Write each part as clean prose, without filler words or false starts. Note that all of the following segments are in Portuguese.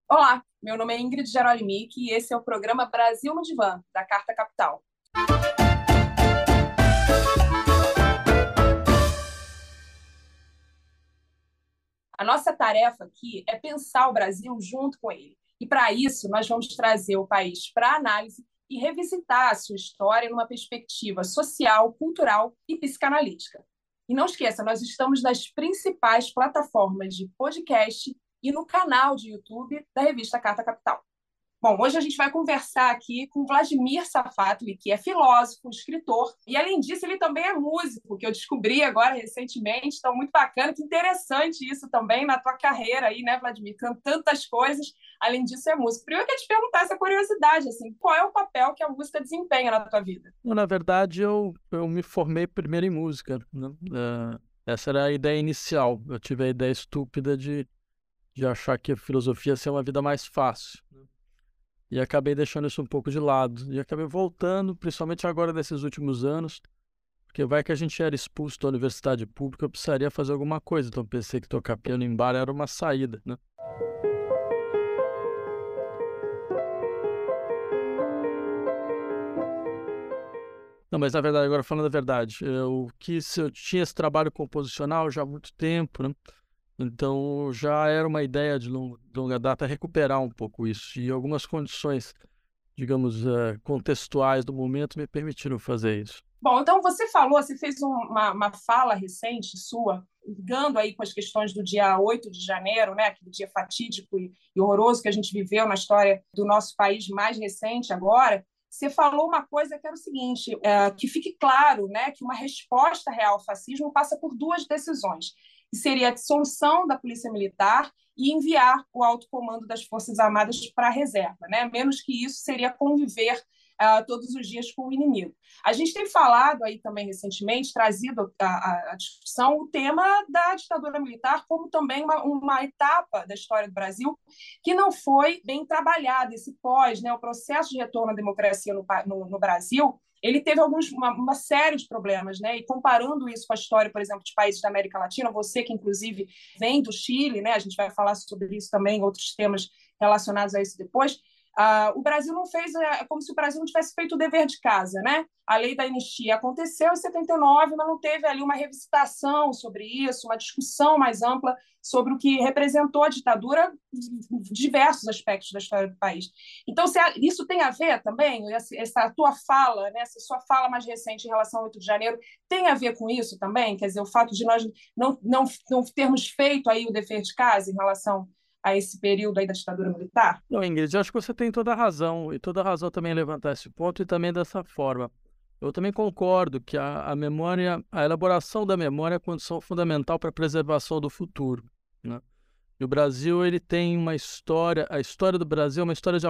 Olá, meu nome é Ingrid Gerolimic e esse é o programa Brasil no Divã, da Carta Capital. A nossa tarefa aqui é pensar o Brasil junto com ele. E, para isso, nós vamos trazer o país para análise e revisitar a sua história numa perspectiva social, cultural e psicanalítica. E não esqueça, nós estamos nas principais plataformas de podcast e no canal de YouTube da revista Carta Capital. Bom, hoje a gente vai conversar aqui com Vladimir Safatli, que é filósofo, escritor, e além disso ele também é músico, que eu descobri agora recentemente, então muito bacana, que interessante isso também na tua carreira aí, né, Vladimir, cantando tantas coisas, além disso é músico. Primeiro eu queria te perguntar essa curiosidade, assim, qual é o papel que a música desempenha na tua vida? Na verdade, eu me formei primeiro em música, né? Essa era a ideia inicial. Eu tive a ideia estúpida de achar que a filosofia ia ser uma vida mais fácil, né? E acabei deixando isso um pouco de lado. E acabei voltando, principalmente agora nesses últimos anos, porque vai que a gente era expulso da universidade pública, eu precisaria fazer alguma coisa. Então pensei que tocar piano em bar era uma saída, né? Não, mas na verdade, agora falando a verdade, eu tinha esse trabalho composicional já há muito tempo, né? Então já era uma ideia de longa data recuperar um pouco isso. E algumas condições, digamos, contextuais do momento me permitiram fazer isso. Bom, então você fez uma fala recente sua, ligando aí com as questões do dia 8 de janeiro, né, aquele dia fatídico e horroroso que a gente viveu na história do nosso país mais recente agora. Você falou uma coisa que era o seguinte, que fique claro, né, que uma resposta real ao fascismo passa por duas decisões, que seria a dissolução da Polícia Militar e enviar o alto comando das Forças Armadas para a reserva, né? Menos que isso seria conviver todos os dias com o inimigo. A gente tem falado aí também recentemente, trazido à discussão o tema da ditadura militar como também uma etapa da história do Brasil que não foi bem trabalhada, esse pós, né, o processo de retorno à democracia no Brasil, ele teve uma série de problemas, né? E comparando isso com a história, por exemplo, de países da América Latina, você que inclusive vem do Chile, né? A gente vai falar sobre isso também, outros temas relacionados a isso depois. O Brasil não fez, é como se o Brasil não tivesse feito o dever de casa, né? A lei da anistia aconteceu em 79, mas não teve ali uma revisitação sobre isso, uma discussão mais ampla sobre o que representou a ditadura em diversos aspectos da história do país. Então, isso tem a ver também, essa tua fala, né, essa sua fala mais recente em relação ao 8 de janeiro, tem a ver com isso também? Quer dizer, o fato de nós não termos feito aí o dever de casa em relação a esse período aí da ditadura militar? Não, Ingrid, eu acho que você tem toda a razão, e toda a razão também em levantar esse ponto e também dessa forma. Eu também concordo que a memória, a elaboração da memória é a condição fundamental para a preservação do futuro, né? E o Brasil, ele tem uma história, a história do Brasil é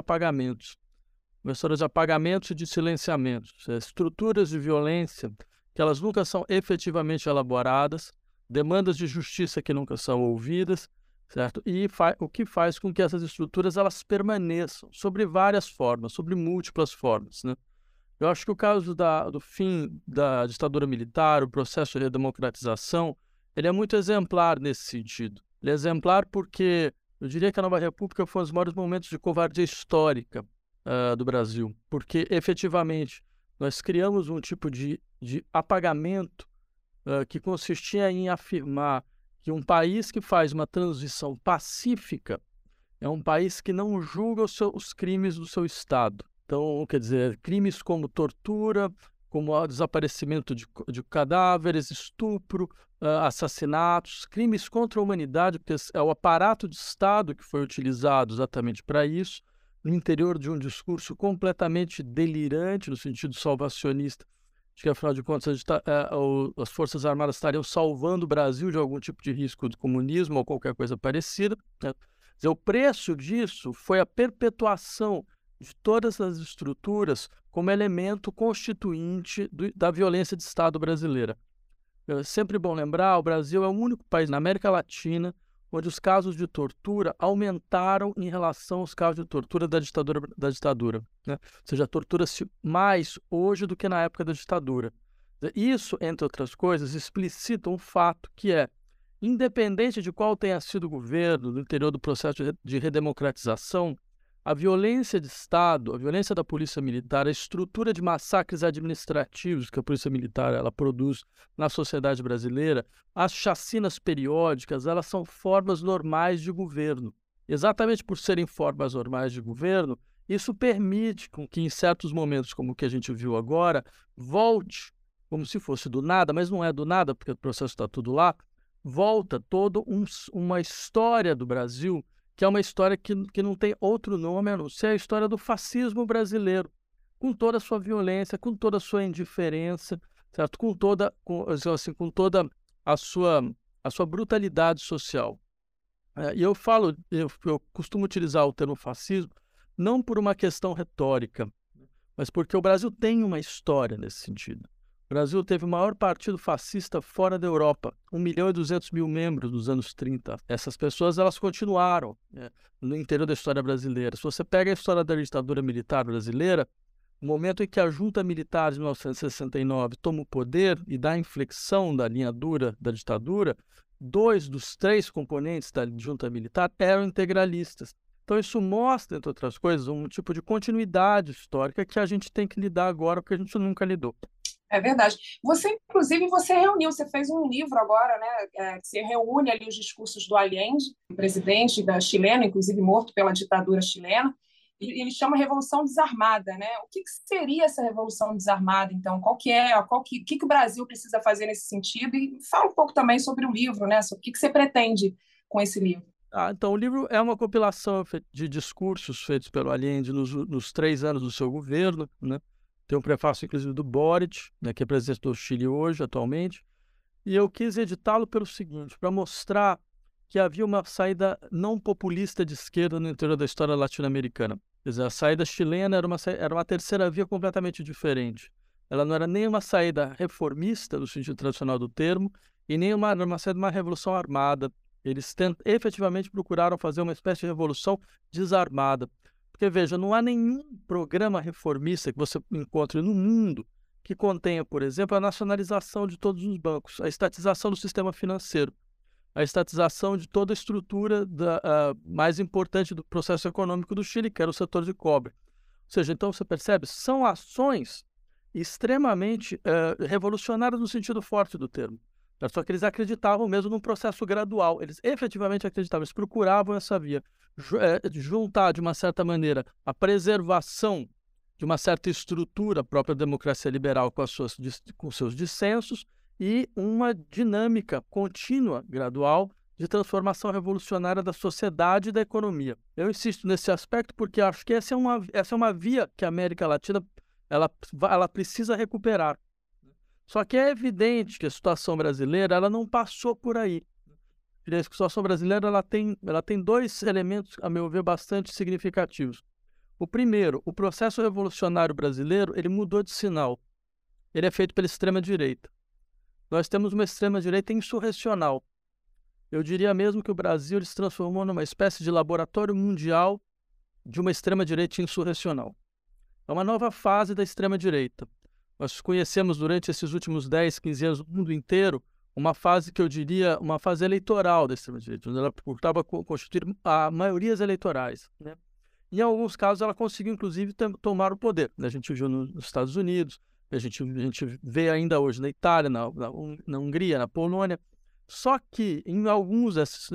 uma história de apagamentos e de silenciamentos, estruturas de violência que elas nunca são efetivamente elaboradas, demandas de justiça que nunca são ouvidas, certo? E o que faz com que essas estruturas elas permaneçam sobre várias formas, sobre múltiplas formas, né? Eu acho que o caso do fim da ditadura militar, o processo de redemocratização, ele é muito exemplar nesse sentido. Ele é exemplar porque eu diria que a Nova República foi um dos maiores momentos de covardia histórica do Brasil, porque efetivamente nós criamos um tipo de apagamento que consistia em afirmar que um país que faz uma transição pacífica é um país que não julga os crimes do seu Estado. Então, quer dizer, crimes como tortura, como o desaparecimento de cadáveres, estupro, assassinatos, crimes contra a humanidade, porque é o aparato de Estado que foi utilizado exatamente para isso, no interior de um discurso completamente delirante, no sentido salvacionista, de que, afinal de contas, as Forças Armadas estariam salvando o Brasil de algum tipo de risco de comunismo ou qualquer coisa parecida, né? Quer dizer, o preço disso foi a perpetuação de todas as estruturas como elemento constituinte da violência de Estado brasileira. É sempre bom lembrar, o Brasil é o único país na América Latina onde os casos de tortura aumentaram em relação aos casos de tortura da ditadura, né? Ou seja, tortura-se mais hoje do que na época da ditadura. Isso, entre outras coisas, explicita um fato que é Independente de qual tenha sido o governo no interior do processo de redemocratização, a violência de Estado, a violência da polícia militar, a estrutura de massacres administrativos que a polícia militar ela produz na sociedade brasileira, as chacinas periódicas, elas são formas normais de governo. Exatamente por serem formas normais de governo, isso permite com que, em certos momentos, como o que a gente viu agora, volte, como se fosse do nada, mas não é do nada, porque o processo está tudo lá, volta toda uma história do Brasil, que é uma história que não tem outro nome a não ser a história do fascismo brasileiro, com toda a sua violência, com toda a sua indiferença, certo? Com toda a sua brutalidade social. E eu costumo utilizar o termo fascismo não por uma questão retórica, mas porque o Brasil tem uma história nesse sentido. O Brasil teve o maior partido fascista fora da Europa, 1.200.000 membros nos anos 30. Essas pessoas elas continuaram, né, no interior da história brasileira. Se você pega a história da ditadura militar brasileira, o momento em que a junta militar de 1969 toma o poder e dá a inflexão da linha dura da ditadura, 2 dos 3 componentes da junta militar eram integralistas. Então isso mostra, entre outras coisas, um tipo de continuidade histórica que a gente tem que lidar agora, porque a gente nunca lidou. É verdade. Inclusive, você reuniu, você fez um livro agora, né? Você reúne ali os discursos do Allende, o presidente da chilena, inclusive morto pela ditadura chilena, e ele chama Revolução Desarmada, né? O que seria essa Revolução Desarmada, então? O que o Brasil precisa fazer nesse sentido? E fala um pouco também sobre o livro, né? Sobre o que você pretende com esse livro. Então, o livro é uma compilação de discursos feitos pelo Allende nos 3 anos do seu governo, né? Tem um prefácio, inclusive, do Boric, né, que é presidente do Chile hoje, atualmente. E eu quis editá-lo pelo seguinte, para mostrar que havia uma saída não populista de esquerda no interior da história latino-americana. Quer dizer, a saída chilena era uma terceira via completamente diferente. Ela não era nem uma saída reformista, no sentido tradicional do termo, e nem era uma saída de uma revolução armada. Eles efetivamente procuraram fazer uma espécie de revolução desarmada. Porque, veja, não há nenhum programa reformista que você encontre no mundo que contenha, por exemplo, a nacionalização de todos os bancos, a estatização do sistema financeiro, a estatização de toda a estrutura mais importante do processo econômico do Chile, que era o setor de cobre. Ou seja, então você percebe, são ações extremamente revolucionárias no sentido forte do termo. Só que eles acreditavam mesmo num processo gradual. Eles efetivamente acreditavam, eles procuravam essa via. Juntar, de uma certa maneira, a preservação de uma certa estrutura própria da democracia liberal com seus dissensos e uma dinâmica contínua, gradual, de transformação revolucionária da sociedade e da economia. Eu insisto nesse aspecto porque acho que essa é uma via que a América Latina ela precisa recuperar. Só que é evidente que a situação brasileira ela não passou por aí. A situação brasileira ela tem 2 elementos, a meu ver, bastante significativos. O primeiro, o processo revolucionário brasileiro ele mudou de sinal. Ele é feito pela extrema-direita. Nós temos uma extrema-direita insurrecional. Eu diria mesmo que o Brasil ele se transformou numa espécie de laboratório mundial de uma extrema-direita insurrecional. É uma nova fase da extrema-direita. Nós conhecemos durante esses últimos 10, 15 anos no mundo inteiro uma fase que eu diria uma fase eleitoral da extrema-direita, onde ela procurava constituir maiorias eleitorais, né? Em alguns casos ela conseguiu inclusive tomar o poder, né? A gente viu nos Estados Unidos, a gente vê ainda hoje na Itália, na Hungria, na Polônia. Só que em alguns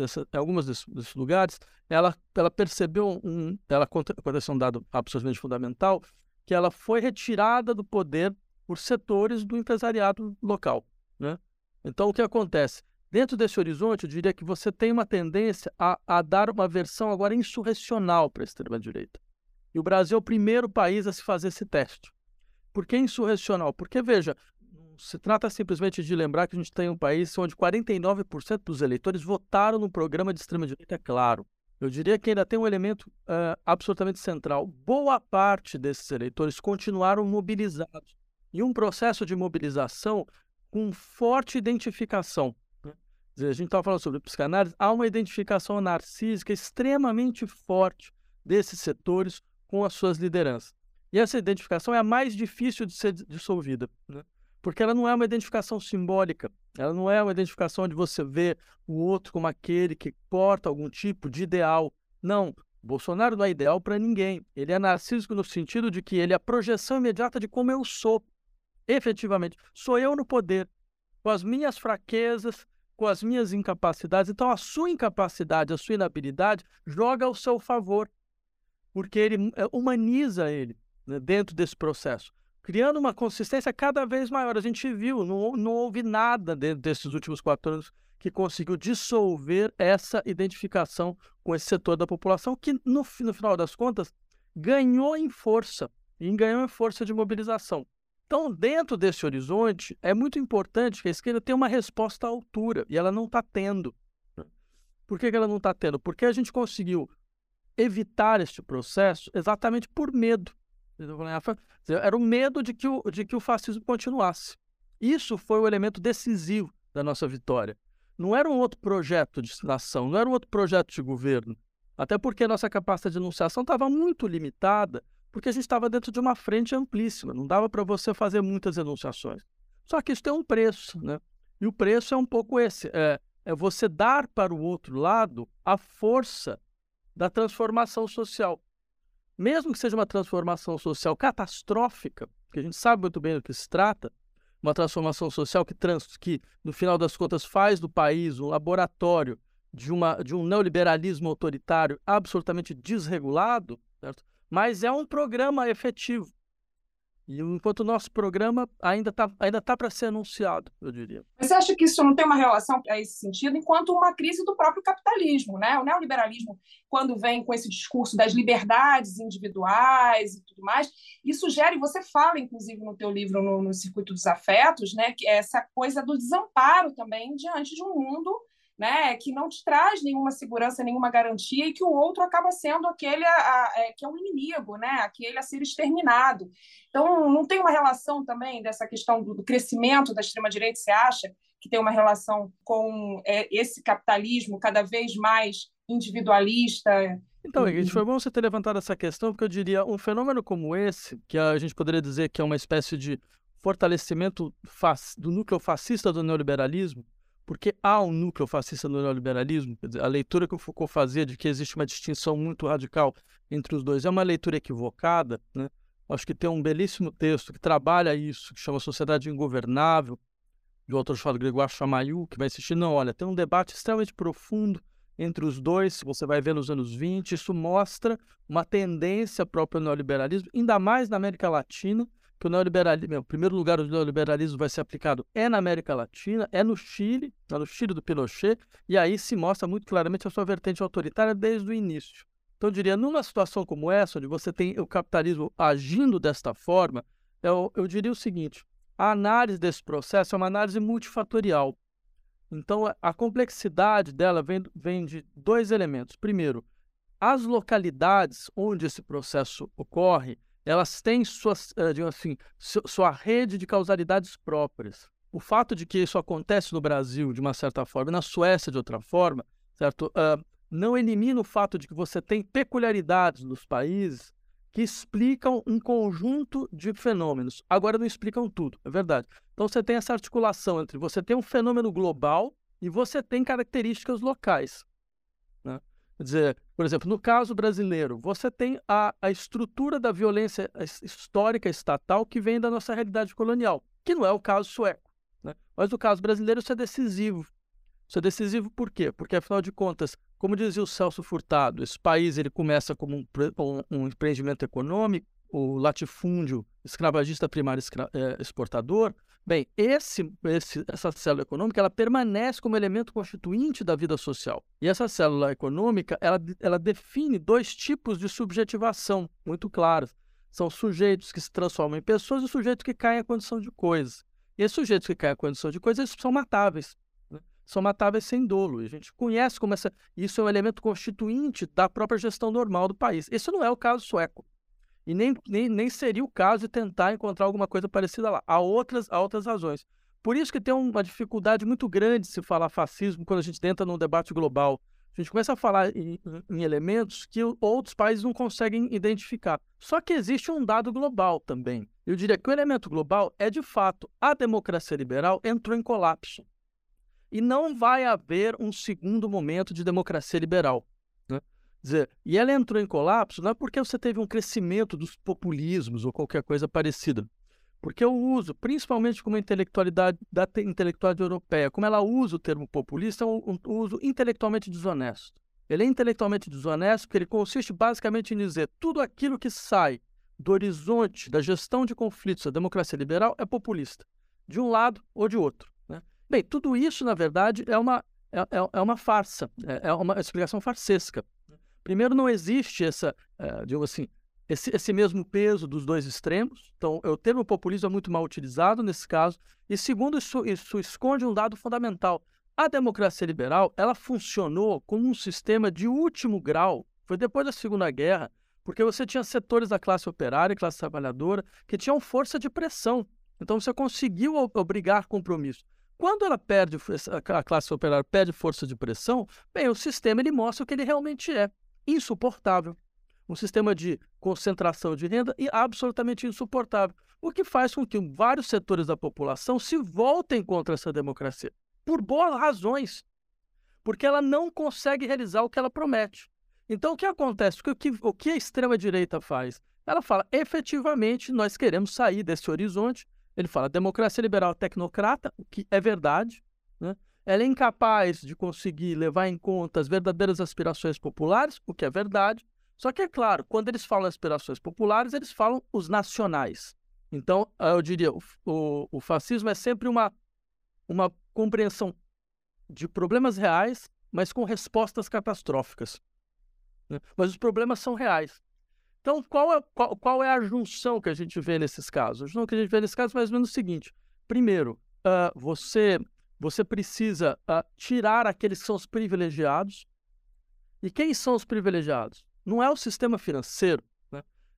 desses lugares ela percebeu aconteceu um dado absolutamente fundamental, que ela foi retirada do poder por setores do empresariado local, né? Então, o que acontece? Dentro desse horizonte, eu diria que você tem uma tendência a dar uma versão agora insurrecional para a extrema-direita. E o Brasil é o primeiro país a se fazer esse teste. Por que insurrecional? Porque, veja, não se trata simplesmente de lembrar que a gente tem um país onde 49% dos eleitores votaram no programa de extrema-direita, é claro. Eu diria que ainda tem um elemento absolutamente central. Boa parte desses eleitores continuaram mobilizados. E um processo de mobilização com forte identificação, né? Quer dizer, a gente estava falando sobre psicanálise, há uma identificação narcísica extremamente forte desses setores com as suas lideranças. E essa identificação é a mais difícil de ser dissolvida, né? Porque ela não é uma identificação simbólica, Ela não é uma identificação onde você vê o outro como aquele que porta algum tipo de ideal. Não, Bolsonaro não é ideal para ninguém. Ele é narcísico no sentido de que ele é a projeção imediata de como eu sou, efetivamente. Sou eu no poder, com as minhas fraquezas, com as minhas incapacidades. Então, a sua incapacidade, a sua inabilidade, joga ao seu favor, porque ele humaniza ele, né, dentro desse processo, criando uma consistência cada vez maior. A gente viu, não houve nada dentro desses últimos 4 anos que conseguiu dissolver essa identificação com esse setor da população, que, no final das contas, ganhou em força, e ganhou em força de mobilização. Então, dentro desse horizonte, é muito importante que a esquerda tenha uma resposta à altura, e ela não está tendo. Por que ela não está tendo? Porque a gente conseguiu evitar este processo exatamente por medo. Era o medo de que o fascismo continuasse. Isso foi o elemento decisivo da nossa vitória. Não era um outro projeto de nação, não era um outro projeto de governo. Até porque a nossa capacidade de enunciação estava muito limitada, porque a gente estava dentro de uma frente amplíssima, não dava para você fazer muitas enunciações. Só que isso tem um preço, né? E o preço é um pouco esse, é você dar para o outro lado a força da transformação social. Mesmo que seja uma transformação social catastrófica, que a gente sabe muito bem do que se trata, uma transformação social que no final das contas, faz do país um laboratório de um neoliberalismo autoritário absolutamente desregulado, certo? Mas é um programa efetivo. E enquanto o nosso programa ainda tá para ser anunciado, eu diria. Mas você acha que isso não tem uma relação a esse sentido, enquanto uma crise do próprio capitalismo, né? O neoliberalismo, quando vem com esse discurso das liberdades individuais e tudo mais, isso gera, e você fala, inclusive, no teu livro, no Circuito dos Afetos, né, que é essa coisa do desamparo também diante de um mundo, né, que não te traz nenhuma segurança, nenhuma garantia, e que o outro acaba sendo aquele que é um inimigo, né, aquele a ser exterminado. Então, não tem uma relação também dessa questão do crescimento da extrema-direita, você acha que tem uma relação com esse capitalismo cada vez mais individualista? Então, Ingrid, foi bom você ter levantado essa questão, porque eu diria, um fenômeno como esse, que a gente poderia dizer que é uma espécie de fortalecimento do núcleo fascista do neoliberalismo, porque há um núcleo fascista do neoliberalismo, quer dizer, a leitura que o Foucault fazia de que existe uma distinção muito radical entre os dois é uma leitura equivocada, né? Acho que tem um belíssimo texto que trabalha isso, que chama Sociedade Ingovernável, do autor chamado Grégoire Chamayou, que vai insistir, não, olha, tem um debate extremamente profundo entre os dois, você vai ver nos anos 20, isso mostra uma tendência própria ao neoliberalismo, ainda mais na América Latina, que o neoliberalismo, em primeiro lugar, o neoliberalismo vai ser aplicado na América Latina, no Chile do Pinochet, e aí se mostra muito claramente a sua vertente autoritária desde o início. Então, eu diria, numa situação como essa, onde você tem o capitalismo agindo desta forma, eu diria o seguinte, a análise desse processo é uma análise multifatorial. Então, a complexidade dela vem de dois elementos. Primeiro, as localidades onde esse processo ocorre, elas têm digamos assim, sua rede de causalidades próprias. O fato de que isso acontece no Brasil, de uma certa forma, e na Suécia, de outra forma, certo? Não elimina o fato de que você tem peculiaridades nos países que explicam um conjunto de fenômenos. Agora não explicam tudo, é verdade. Então você tem essa articulação entre você tem um fenômeno global e você tem características locais, né? Quer dizer, por exemplo, no caso brasileiro, você tem a estrutura da violência histórica estatal que vem da nossa realidade colonial, que não é o caso sueco, né? Mas no caso brasileiro isso é decisivo. Isso é decisivo por quê? Porque, afinal de contas, como dizia o Celso Furtado, esse país ele começa como um empreendimento econômico, o latifúndio escravagista primário exportador. Bem, essa célula econômica ela permanece como elemento constituinte da vida social. E essa célula econômica ela define dois tipos de subjetivação muito claros. São sujeitos que se transformam em pessoas e sujeitos que caem à condição de coisas. E esses sujeitos que caem à condição de coisas eles são matáveis. São matáveis sem dolo. A gente conhece como isso é um elemento constituinte da própria gestão normal do país. Esse não é o caso sueco. E nem seria o caso de tentar encontrar alguma coisa parecida lá. Há outras razões. Por isso que tem uma dificuldade muito grande de se falar fascismo quando a gente entra num debate global. A gente começa a falar em elementos que outros países não conseguem identificar. Só que existe um dado global também. Eu diria que o elemento global é, de fato, a democracia liberal entrou em colapso. e não vai haver um segundo momento de democracia liberal, né? Quer dizer, e ela entrou em colapso não é porque você teve um crescimento dos populismos ou qualquer coisa parecida, porque o uso, principalmente como a intelectualidade da intelectualidade europeia, como ela usa o termo populista, é um uso intelectualmente desonesto. Ele é intelectualmente desonesto porque ele consiste basicamente em dizer tudo aquilo que sai do horizonte da gestão de conflitos da democracia liberal é populista, de um lado ou de outro, né? Bem, tudo isso, na verdade, é uma farsa, é uma explicação farsesca. Primeiro, não existe digamos assim, esse mesmo peso dos dois extremos. Então, o termo populismo é muito mal utilizado nesse caso. E segundo, isso esconde um dado fundamental. A democracia liberal, ela funcionou como um sistema de último grau. Foi depois da Segunda Guerra, porque você tinha setores da classe operária e classe trabalhadora que tinham força de pressão. Então, você conseguiu obrigar compromisso. Quando a classe operária perde força de pressão, bem, o sistema ele mostra o que ele realmente é: insuportável. Um sistema de concentração de renda e absolutamente insuportável, o que faz com que vários setores da população se voltem contra essa democracia, por boas razões, porque ela não consegue realizar o que ela promete. Então, o que acontece? O que a extrema-direita faz? Ela fala, efetivamente, nós queremos sair desse horizonte. Ele fala, democracia liberal tecnocrata, o que é verdade, né? Ela é incapaz de conseguir levar em conta as verdadeiras aspirações populares, o que é verdade. Só que, é claro, quando eles falam aspirações populares, eles falam os nacionais. Então, eu diria, o fascismo é sempre uma compreensão de problemas reais, mas com respostas catastróficas, né? Mas os problemas são reais. Então, qual é a junção que a gente vê nesses casos? A junção que a gente vê nesses casos é mais ou menos o seguinte. Primeiro, você precisa tirar aqueles que são os privilegiados. E quem são os privilegiados? Não é o sistema financeiro, né?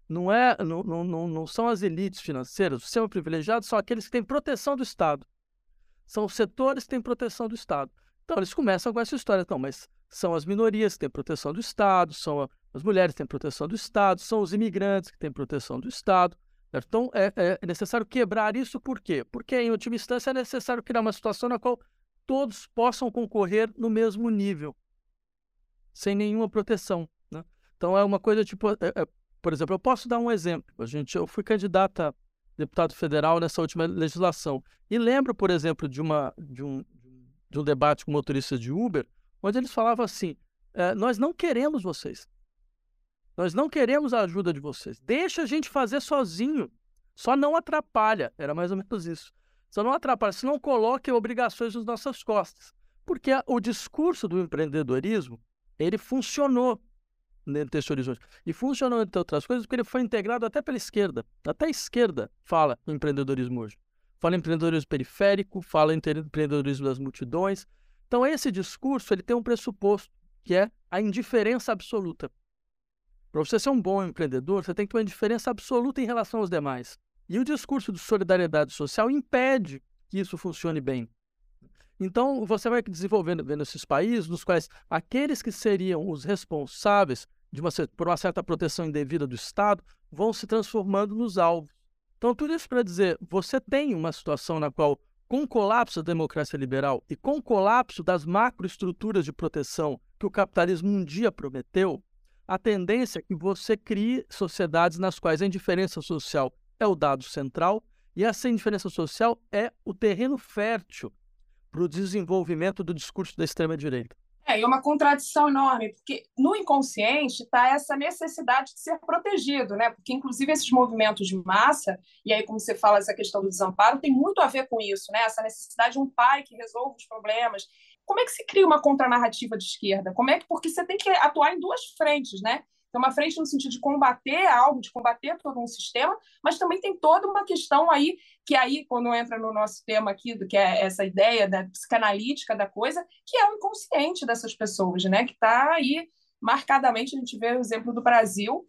Não são as elites financeiras. O sistema privilegiado são aqueles que têm proteção do Estado. São os setores que têm proteção do Estado. Então, eles começam com essa história. Então, mas são as minorias que têm proteção do Estado, são as mulheres que têm proteção do Estado, são os imigrantes que têm proteção do Estado. Certo? Então, é necessário quebrar isso. Por quê? Porque, em última instância, é necessário criar uma situação na qual todos possam concorrer no mesmo nível, sem nenhuma proteção, né? Então, é uma coisa tipo... por exemplo, eu posso dar um exemplo. Eu fui candidato a deputado federal nessa última legislação. E lembro, por exemplo, de um debate com motoristas de Uber, onde eles falavam assim, nós não queremos vocês. Nós não queremos a ajuda de vocês. Deixa a gente fazer sozinho. Só não atrapalha. Era mais ou menos isso. Só não atrapalha. Se não coloque obrigações nas nossas costas. Porque o discurso do empreendedorismo, ele funcionou dentro desse horizonte. E funcionou, entre outras coisas, porque ele foi integrado até pela esquerda. Até a esquerda fala em empreendedorismo hoje. Fala em empreendedorismo periférico, fala em empreendedorismo das multidões. Então, esse discurso ele tem um pressuposto, que é a indiferença absoluta. Para você ser um bom empreendedor, você tem que ter uma indiferença absoluta em relação aos demais. E o discurso de solidariedade social impede que isso funcione bem. Então, você vai desenvolvendo esses países nos quais aqueles que seriam os responsáveis por uma certa proteção indevida do Estado vão se transformando nos alvos. Então, tudo isso para dizer, você tem uma situação na qual, com o colapso da democracia liberal e com o colapso das macroestruturas de proteção que o capitalismo um dia prometeu, a tendência é que você crie sociedades nas quais a indiferença social é o dado central e essa indiferença social é o terreno fértil para o desenvolvimento do discurso da extrema-direita. E uma contradição enorme, porque no inconsciente está essa necessidade de ser protegido, né? Porque, inclusive, esses movimentos de massa, e aí, como você fala, essa questão do desamparo, tem muito a ver com isso, né? Essa necessidade de um pai que resolva os problemas. Como é que se cria uma contranarrativa de esquerda? Porque você tem que atuar em duas frentes, né? Tem uma frente no sentido de combater algo, de combater todo um sistema, mas também tem toda uma questão aí, que aí, quando entra no nosso tema aqui, que é essa ideia da psicanalítica da coisa, que é o inconsciente dessas pessoas, né? Que está aí marcadamente, a gente vê o exemplo do Brasil,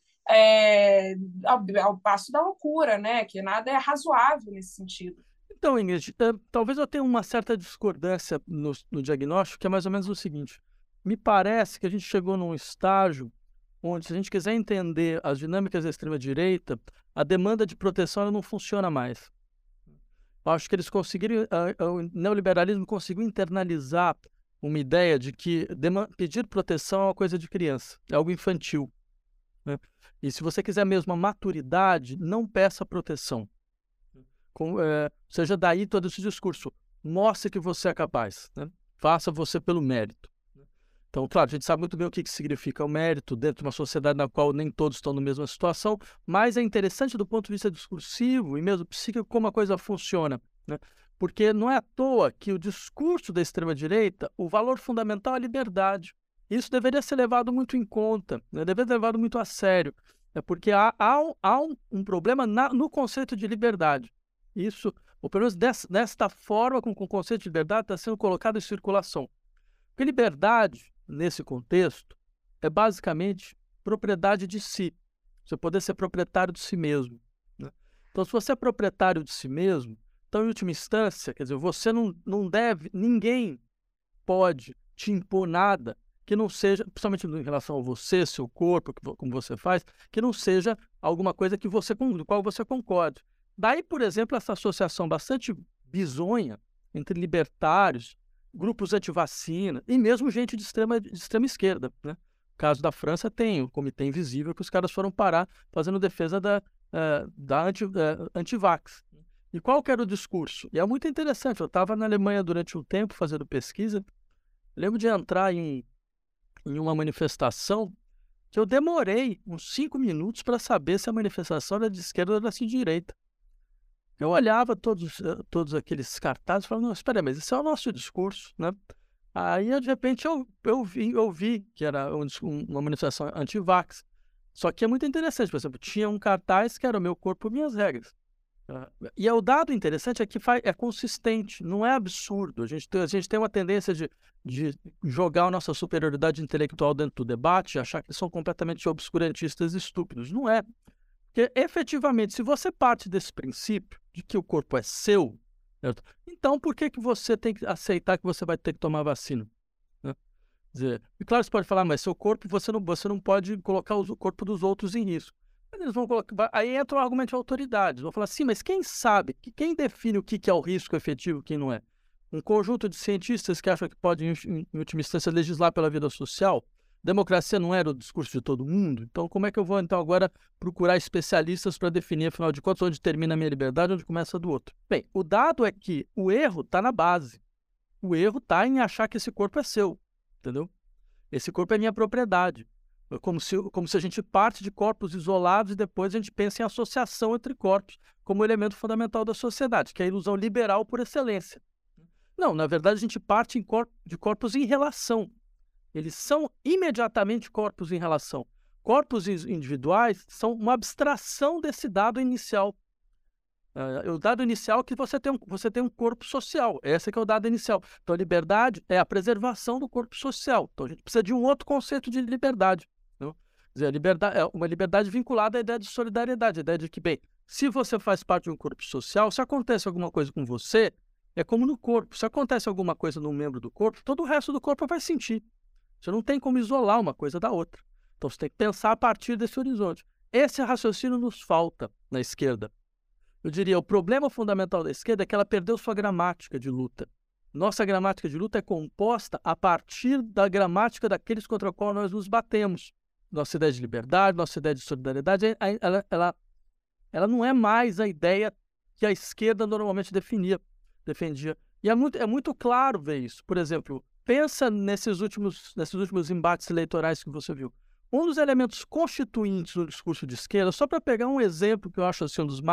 ao passo da loucura, né? Que nada é razoável nesse sentido. Então, Ingrid, talvez eu tenha uma certa discordância no diagnóstico, que é mais ou menos o seguinte. Me parece que a gente chegou num estágio onde, se a gente quiser entender as dinâmicas da extrema-direita, a demanda de proteção ela não funciona mais. Eu acho que eles conseguiram, o neoliberalismo conseguiu internalizar uma ideia de que pedir proteção é uma coisa de criança, é algo infantil, né? E se você quiser mesmo a maturidade, não peça proteção. Seja daí todo esse discurso. Mostre que você é capaz, né? Faça você pelo mérito. Então, claro, a gente sabe muito bem o que significa o mérito dentro de uma sociedade na qual nem todos estão na mesma situação, mas é interessante do ponto de vista discursivo e mesmo psíquico como a coisa funciona, né? Porque não é à toa que o discurso da extrema-direita, o valor fundamental é a liberdade. Isso deveria ser levado muito em conta, né? Deveria ser levado muito a sério, né? Porque há um problema no conceito de liberdade. Isso, ou pelo menos desta forma com o conceito de liberdade está sendo colocado em circulação. Porque liberdade, nesse contexto, é basicamente propriedade de si. Você poder ser proprietário de si mesmo, né? Então, se você é proprietário de si mesmo, então, em última instância, quer dizer, você não deve, ninguém pode te impor nada que não seja, principalmente em relação a você, seu corpo, como você faz, que não seja alguma coisa com qual você concorde. Daí, por exemplo, essa associação bastante bizonha entre libertários, grupos anti-vacina e mesmo gente de extrema esquerda, né? No caso da França tem o Comitê Invisível, que os caras foram parar fazendo defesa da anti-vax. E qual que era o discurso? E é muito interessante, eu estava na Alemanha durante um tempo fazendo pesquisa, lembro de entrar em uma manifestação que eu demorei uns 5 minutos para saber se a manifestação era de esquerda ou era de direita. Eu olhava todos aqueles cartazes e falava, não, espera aí, mas esse é o nosso discurso, né? Aí, de repente, eu vi que era uma manifestação anti-vax. Só que é muito interessante, por exemplo, tinha um cartaz que era o meu corpo, minhas regras. E o dado interessante é que é consistente, não é absurdo. A gente tem uma tendência de jogar a nossa superioridade intelectual dentro do debate e achar que eles são completamente obscurantistas e estúpidos. Não é. Porque, efetivamente, se você parte desse princípio de que o corpo é seu, certo? Então por que você tem que aceitar que você vai ter que tomar vacina, né? Quer dizer, e claro, você pode falar, mas seu corpo, você não pode colocar o corpo dos outros em risco. Mas eles vão colocar, aí entra o argumento de autoridade. Vão falar, sim, mas quem sabe, quem define o que é o risco efetivo e quem não é? Um conjunto de cientistas que acham que pode, em última instância, legislar pela vida social? Democracia não era o discurso de todo mundo? Então, como é que eu vou, então, agora procurar especialistas para definir, afinal de contas, onde termina a minha liberdade e onde começa a do outro? Bem, o dado é que o erro está na base. O erro está em achar que esse corpo é seu, entendeu? Esse corpo é minha propriedade. Como se a gente parte de corpos isolados e depois a gente pensa em associação entre corpos como elemento fundamental da sociedade, que é a ilusão liberal por excelência. Não, na verdade, a gente parte de corpos em relação. Eles são imediatamente corpos em relação. Corpos individuais são uma abstração desse dado inicial. O dado inicial é que você tem um corpo social. Esse que é o dado inicial. Então, a liberdade é a preservação do corpo social. Então, a gente precisa de um outro conceito de liberdade, né? Quer dizer, a liberdade é uma liberdade vinculada à ideia de solidariedade, a ideia de que, bem, se você faz parte de um corpo social, se acontece alguma coisa com você, é como no corpo. Se acontece alguma coisa num membro do corpo, todo o resto do corpo vai sentir. Você não tem como isolar uma coisa da outra. Então, você tem que pensar a partir desse horizonte. Esse raciocínio nos falta na esquerda. Eu diria, o problema fundamental da esquerda é que ela perdeu sua gramática de luta. Nossa gramática de luta é composta a partir da gramática daqueles contra os quais nós nos batemos. Nossa ideia de liberdade, nossa ideia de solidariedade, ela não é mais a ideia que a esquerda normalmente defendia. E é muito claro ver isso. Por exemplo, pensa nesses últimos embates eleitorais que você viu. Um dos elementos constituintes do discurso de esquerda, só para pegar um exemplo que eu acho assim, um dos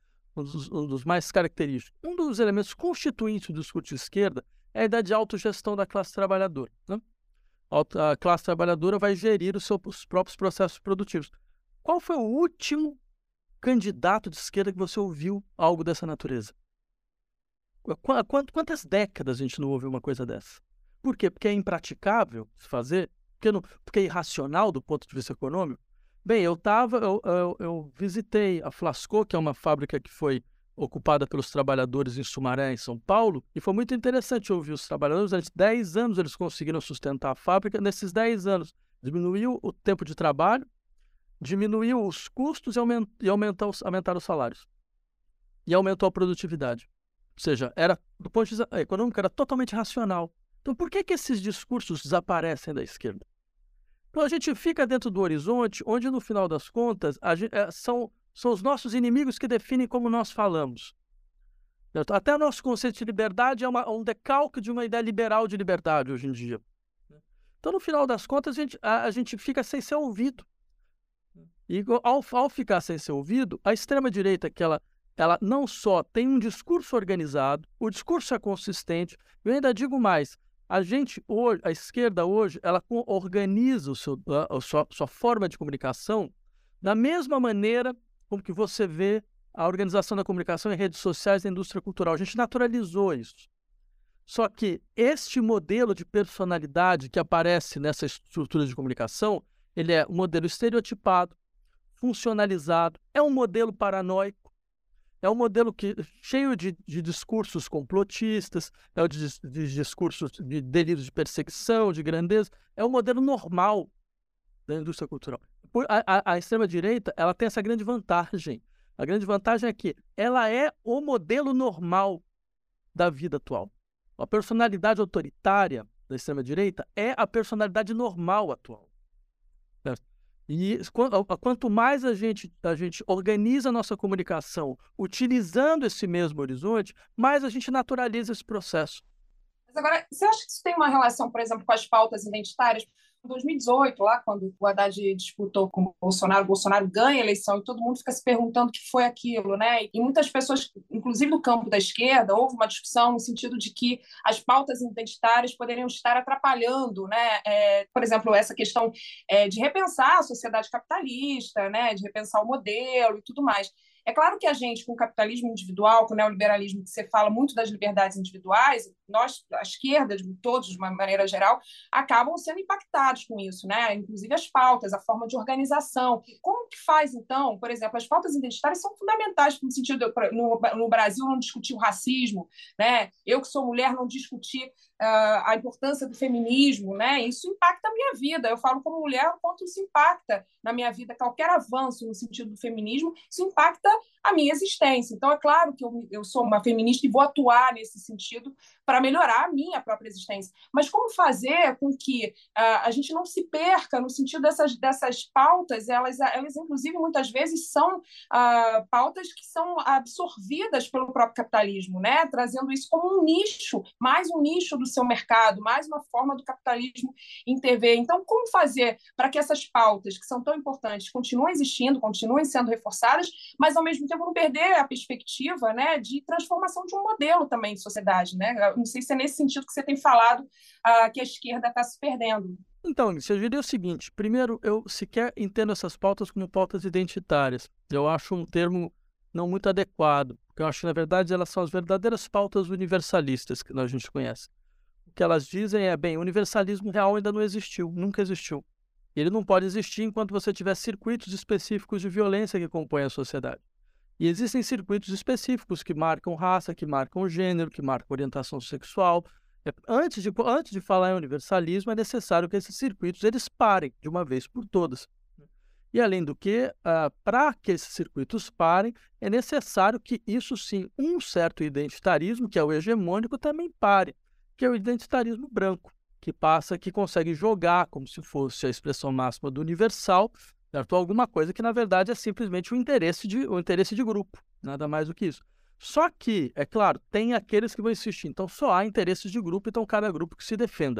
mais característicos, um dos elementos constituintes do discurso de esquerda é a ideia de autogestão da classe trabalhadora, né? A classe trabalhadora vai gerir os próprios processos produtivos. Qual foi o último candidato de esquerda que você ouviu algo dessa natureza? Quantas décadas a gente não ouviu uma coisa dessa? Por quê? Porque é impraticável se fazer? Porque é irracional do ponto de vista econômico? Bem, eu visitei a Flasco, que é uma fábrica que foi ocupada pelos trabalhadores em Sumaré, em São Paulo, e foi muito interessante ouvir os trabalhadores. Durante 10 anos eles conseguiram sustentar a fábrica. Nesses 10 anos, diminuiu o tempo de trabalho, diminuiu os custos e aumentaram os salários. E aumentou a produtividade. seja, era, do ponto de vista econômico, era totalmente racional. Então, por que esses discursos desaparecem da esquerda? Então, a gente fica dentro do horizonte, onde, no final das contas, são os nossos inimigos que definem como nós falamos. Certo? Até o nosso conceito de liberdade é um decalque de uma ideia liberal de liberdade hoje em dia. Então, no final das contas, a gente fica sem ser ouvido. E ao ficar sem ser ouvido, a extrema-direita, que ela não só tem um discurso organizado, o discurso é consistente, eu ainda digo mais, a esquerda hoje, ela organiza sua forma de comunicação da mesma maneira como que você vê a organização da comunicação em redes sociais da indústria cultural. A gente naturalizou isso. Só que este modelo de personalidade que aparece nessa estrutura de comunicação, ele é um modelo estereotipado, funcionalizado, é um modelo paranoico, é um modelo cheio de discursos complotistas, de discursos de delírios de perseguição, de grandeza, é um modelo normal da indústria cultural. A extrema-direita, ela tem essa grande vantagem. A grande vantagem é que ela é o modelo normal da vida atual. A personalidade autoritária da extrema-direita é a personalidade normal atual. Certo? E quanto mais a gente organiza a nossa comunicação utilizando esse mesmo horizonte, mais a gente naturaliza esse processo. Mas agora, você acha que isso tem uma relação, por exemplo, com as pautas identitárias? Em 2018, lá, quando o Haddad disputou com o Bolsonaro ganha a eleição e todo mundo fica se perguntando o que foi aquilo, né? E muitas pessoas, inclusive do campo da esquerda, houve uma discussão no sentido de que as pautas identitárias poderiam estar atrapalhando, né? Por exemplo, essa questão de repensar a sociedade capitalista, né? De repensar o modelo e tudo mais. É claro que a gente, com o capitalismo individual, com o neoliberalismo, que você fala muito das liberdades individuais, nós, a esquerda, todos, de uma maneira geral, acabam sendo impactados com isso, né? Inclusive as pautas, a forma de organização. Como que faz, então, por exemplo, as pautas identitárias são fundamentais no sentido, no Brasil, não discutir o racismo, né? Eu que sou mulher, não discutir a importância do feminismo, né? Isso impacta a minha vida. Eu falo como mulher o quanto isso impacta na minha vida. Qualquer avanço no sentido do feminismo, isso impacta a minha existência. Então, é claro que eu sou uma feminista e vou atuar nesse sentido para melhorar a minha própria existência. Mas como fazer com que a gente não se perca no sentido dessas pautas? Elas, inclusive, muitas vezes são pautas que são absorvidas pelo próprio capitalismo, né? Trazendo isso como um nicho, mais um nicho do seu mercado, mais uma forma do capitalismo intervir. Então, como fazer para que essas pautas, que são tão importantes, continuem existindo, continuem sendo reforçadas, mas, ao mesmo tempo, não perder a perspectiva, né, de transformação de um modelo também de sociedade, né? Não sei se é nesse sentido que você tem falado que a esquerda está se perdendo. Então, eu diria o seguinte: primeiro, eu sequer entendo essas pautas como pautas identitárias. Eu acho um termo não muito adequado, porque eu acho que, na verdade, elas são as verdadeiras pautas universalistas que a gente conhece. O que elas dizem é, bem, o universalismo real ainda não existiu, nunca existiu. Ele não pode existir enquanto você tiver circuitos específicos de violência que compõem a sociedade. E existem circuitos específicos que marcam raça, que marcam gênero, que marcam orientação sexual. Antes de falar em universalismo, é necessário que esses circuitos eles parem de uma vez por todas. E, além do que, para que esses circuitos parem, é necessário que isso sim, um certo identitarismo, que é o hegemônico, também pare, que é o identitarismo branco, que consegue jogar como se fosse a expressão máxima do universal, certo? Alguma coisa que, na verdade, é simplesmente o interesse de grupo, nada mais do que isso. Só que, é claro, tem aqueles que vão insistir, então só há interesses de grupo, então cada grupo que se defenda.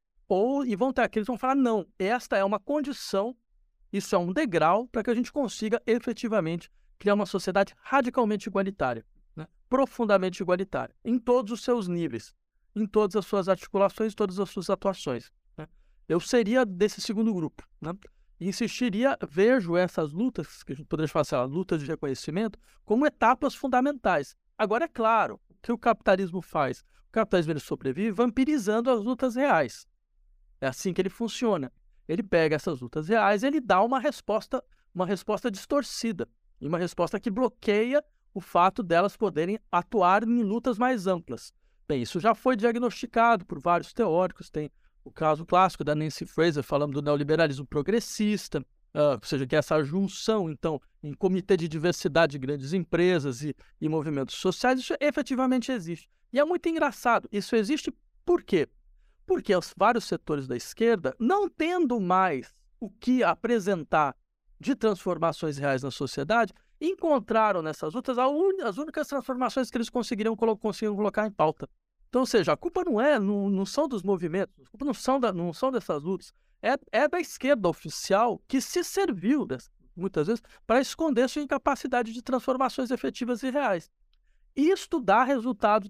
E vão ter aqueles que vão falar, não, esta é uma condição, isso é um degrau para que a gente consiga efetivamente criar uma sociedade radicalmente igualitária, né? Profundamente igualitária, em todos os seus níveis, em todas as suas articulações, todas as suas atuações, né? Eu seria desse segundo grupo, né? E insistiria, vejo essas lutas, que a gente poderia falar assim, lutas de reconhecimento, como etapas fundamentais. Agora, é claro, o que o capitalismo faz? O capitalismo ele sobrevive vampirizando as lutas reais. É assim que ele funciona. Ele pega essas lutas reais e ele dá uma resposta distorcida, e uma resposta que bloqueia o fato delas poderem atuar em lutas mais amplas. Bem, isso já foi diagnosticado por vários teóricos, tem o caso clássico da Nancy Fraser falando do neoliberalismo progressista, ou seja, que essa junção, então, em comitê de diversidade de grandes empresas e movimentos sociais, isso efetivamente existe. E é muito engraçado, isso existe por quê? Porque os vários setores da esquerda, não tendo mais o que apresentar de transformações reais na sociedade, encontraram nessas lutas as únicas transformações que eles conseguiram colocar em pauta. Então, ou seja, a culpa não são dos movimentos, a culpa não são dessas lutas, é da esquerda oficial que se serviu, muitas vezes, para esconder sua incapacidade de transformações efetivas e reais. E isto dá resultados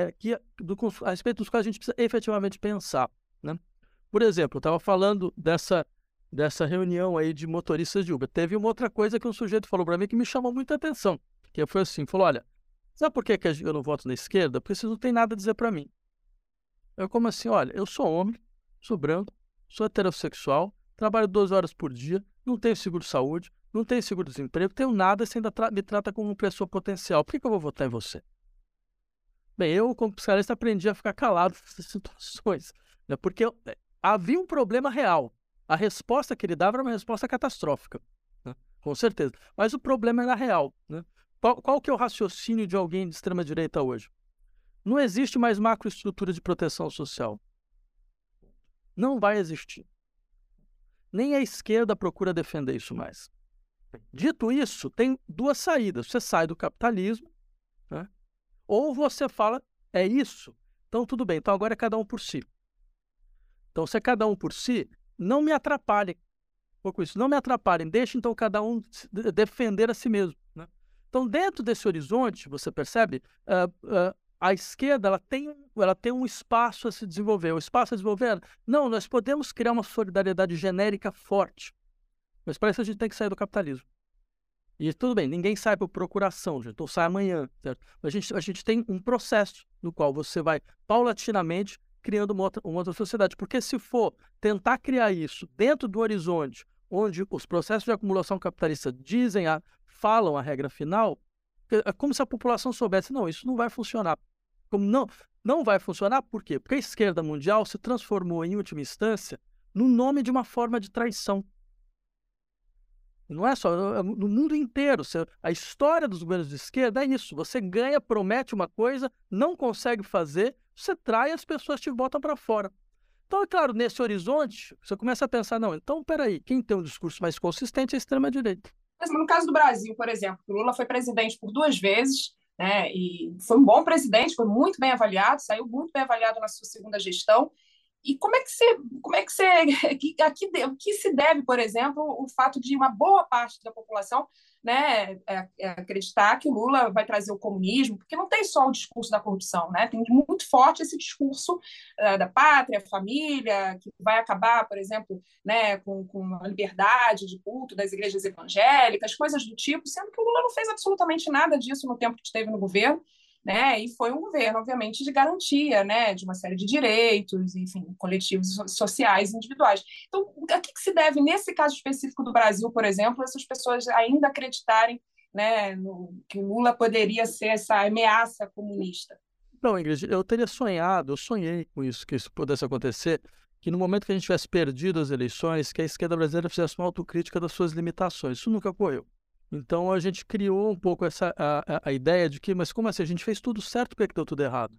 a respeito dos quais a gente precisa efetivamente pensar, né? Por exemplo, eu estava falando dessa reunião aí de motoristas de Uber. Teve uma outra coisa que um sujeito falou para mim que me chamou muita atenção, que foi assim, falou, olha, sabe por que eu não voto na esquerda? Porque vocês não têm nada a dizer para mim. Eu como assim, olha, eu sou homem, sou branco, sou heterossexual, trabalho 12 horas por dia, não tenho seguro-saúde, não tenho seguro-desemprego, tenho nada, você ainda me trata como uma pessoa potencial. Por que eu vou votar em você? Bem, eu, como psicanalista, aprendi a ficar calado nessas situações, né? Porque havia um problema real. A resposta que ele dava era uma resposta catastrófica, né? Com certeza. Mas o problema era real, né? Qual que é o raciocínio de alguém de extrema-direita hoje? Não existe mais macroestrutura de proteção social. Não vai existir. Nem a esquerda procura defender isso mais. Dito isso, tem duas saídas. Você sai do capitalismo, né? Ou você fala, é isso, então tudo bem, então agora é cada um por si. Então, se é cada um por si, não me atrapalhem. Um pouco isso, não me atrapalhem, deixe então cada um defender a si mesmo, né? Então, dentro desse horizonte, você percebe, a esquerda ela tem um espaço a se desenvolver. O espaço a desenvolver, não, nós podemos criar uma solidariedade genérica forte, mas para isso a gente tem que sair do capitalismo. E tudo bem, ninguém sai por procuração, gente, então sai amanhã, certo? A gente tem um processo no qual você vai paulatinamente criando uma outra sociedade. Porque se for tentar criar isso dentro do horizonte onde os processos de acumulação capitalista falam a regra final, é como se a população soubesse, não, isso não vai funcionar. Como não vai funcionar, por quê? Porque a esquerda mundial se transformou, em última instância, no nome de uma forma de traição. Não é só, no mundo inteiro. A história dos governos de esquerda é isso. Você ganha, promete uma coisa, não consegue fazer, você trai e as pessoas te botam para fora. Então, é claro, nesse horizonte, você começa a pensar, não, então, peraí, quem tem um discurso mais consistente é a extrema-direita. Mas no caso do Brasil, por exemplo, o Lula foi presidente por 2 vezes, né, e foi um bom presidente, foi muito bem avaliado, saiu muito bem avaliado na sua segunda gestão. E como é que você, o que se deve, por exemplo, o fato de uma boa parte da população, né, acreditar que o Lula vai trazer o comunismo, porque não tem só o discurso da corrupção, né, tem muito forte esse discurso da pátria, família, que vai acabar, por exemplo, né, com a liberdade de culto das igrejas evangélicas, coisas do tipo, sendo que o Lula não fez absolutamente nada disso no tempo que esteve no governo, né? E foi um governo, obviamente, de garantia, né? De uma série de direitos, enfim, coletivos sociais individuais. Então, a que se deve, nesse caso específico do Brasil, por exemplo, essas pessoas ainda acreditarem, né, que o Lula poderia ser essa ameaça comunista? Não, Ingrid, eu sonhei com isso, que isso pudesse acontecer, que no momento que a gente tivesse perdido as eleições, que a esquerda brasileira fizesse uma autocrítica das suas limitações. Isso nunca ocorreu. Então, a gente criou um pouco a ideia de que, mas como assim? A gente fez tudo certo, por que deu tudo errado?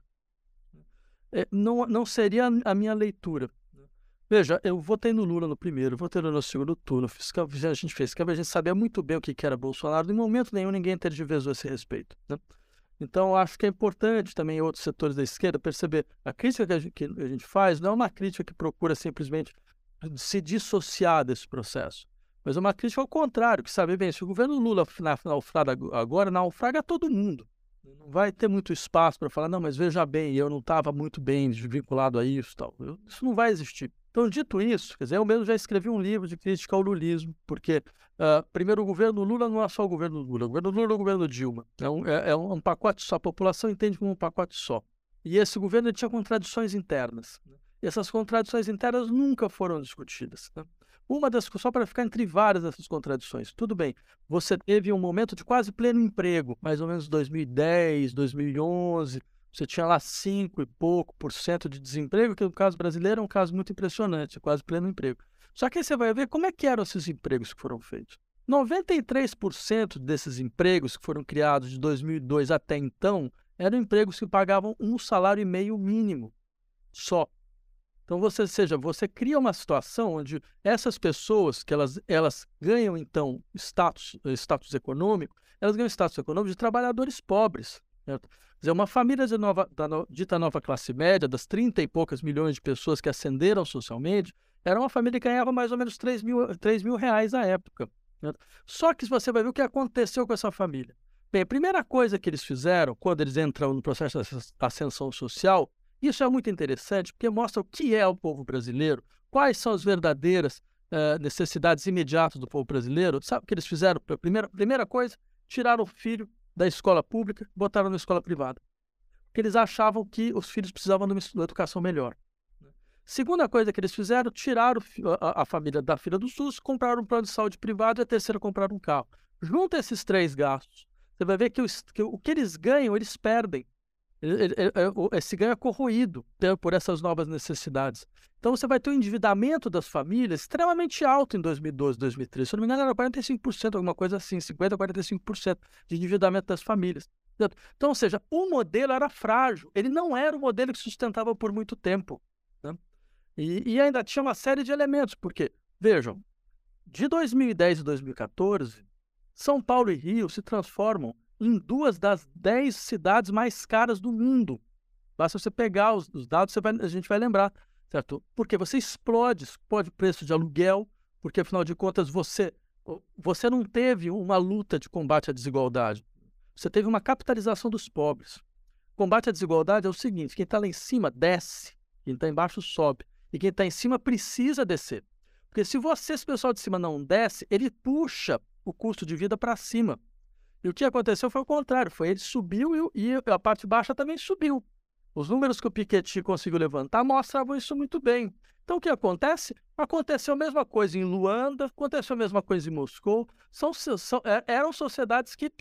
Não seria a minha leitura. Veja, eu votei no Lula no primeiro, votei no segundo turno, a gente fez, a gente sabia muito bem o que era Bolsonaro, em momento nenhum ninguém tergiversou esse respeito, né? Então, acho que é importante também em outros setores da esquerda perceber a crítica que a gente faz não é uma crítica que procura simplesmente se dissociar desse processo, mas é uma crítica ao contrário, que sabe bem, se o governo Lula naufraga agora, naufraga todo mundo. Não vai ter muito espaço para falar, não, mas veja bem, eu não estava muito bem vinculado a isso, tal. Isso não vai existir. Então, dito isso, quer dizer, eu mesmo já escrevi um livro de crítica ao lulismo, porque, primeiro, o governo Lula não é só o governo Lula é o governo Dilma. É um pacote só, a população entende como um pacote só. E esse governo tinha contradições internas, né? E essas contradições internas nunca foram discutidas, né? Só para ficar entre várias dessas contradições. Tudo bem, você teve um momento de quase pleno emprego, mais ou menos 2010, 2011, você tinha lá 5 e pouco por cento de desemprego, que no caso brasileiro é um caso muito impressionante, quase pleno emprego. Só que aí você vai ver como é que eram esses empregos que foram feitos. 93% desses empregos que foram criados de 2002 até então eram empregos que pagavam um salário e meio mínimo só. Então, você cria uma situação onde essas pessoas, que elas ganham, então, status econômico, elas ganham status econômico de trabalhadores pobres. Certo? Quer dizer, uma família dita nova classe média, das 30 e poucas milhões de pessoas que ascenderam socialmente, era uma família que ganhava mais ou menos 3 mil reais à época. Certo? Só que você vai ver o que aconteceu com essa família. Bem, a primeira coisa que eles fizeram, quando eles entram no processo de ascensão social, isso é muito interessante, porque mostra o que é o povo brasileiro, quais são as verdadeiras necessidades imediatas do povo brasileiro. Sabe o que eles fizeram? Primeira coisa, tiraram o filho da escola pública e botaram na escola privada. Porque eles achavam que os filhos precisavam de uma educação melhor. Segunda coisa que eles fizeram, tiraram a família da fila do SUS, compraram um plano de saúde privado e a terceira, compraram um carro. Junta esses três gastos, você vai ver que o que eles ganham, eles perdem. Esse ganho é corroído por essas novas necessidades. Então, você vai ter um endividamento das famílias extremamente alto em 2012, 2013. Se eu não me engano, era 45%, alguma coisa assim, 50% a 45% de endividamento das famílias. Então, ou seja, o modelo era frágil. Ele não era o modelo que sustentava por muito tempo. Né? E ainda tinha uma série de elementos, porque, vejam, de 2010 e 2014, São Paulo e Rio se transformam em 2 das 10 cidades mais caras do mundo. Basta você pegar os dados, a gente vai lembrar, certo? Porque você explode o preço de aluguel, porque, afinal de contas, você não teve uma luta de combate à desigualdade. Você teve uma capitalização dos pobres. Combate à desigualdade é o seguinte, quem está lá em cima desce, quem está embaixo sobe, e quem está em cima precisa descer. Porque se esse pessoal de cima não desce, ele puxa o custo de vida para cima. E o que aconteceu foi o contrário, ele subiu e a parte baixa também subiu. Os números que o Piketty conseguiu levantar mostravam isso muito bem. Então, o que acontece? Aconteceu a mesma coisa em Luanda, aconteceu a mesma coisa em Moscou. Eram sociedades que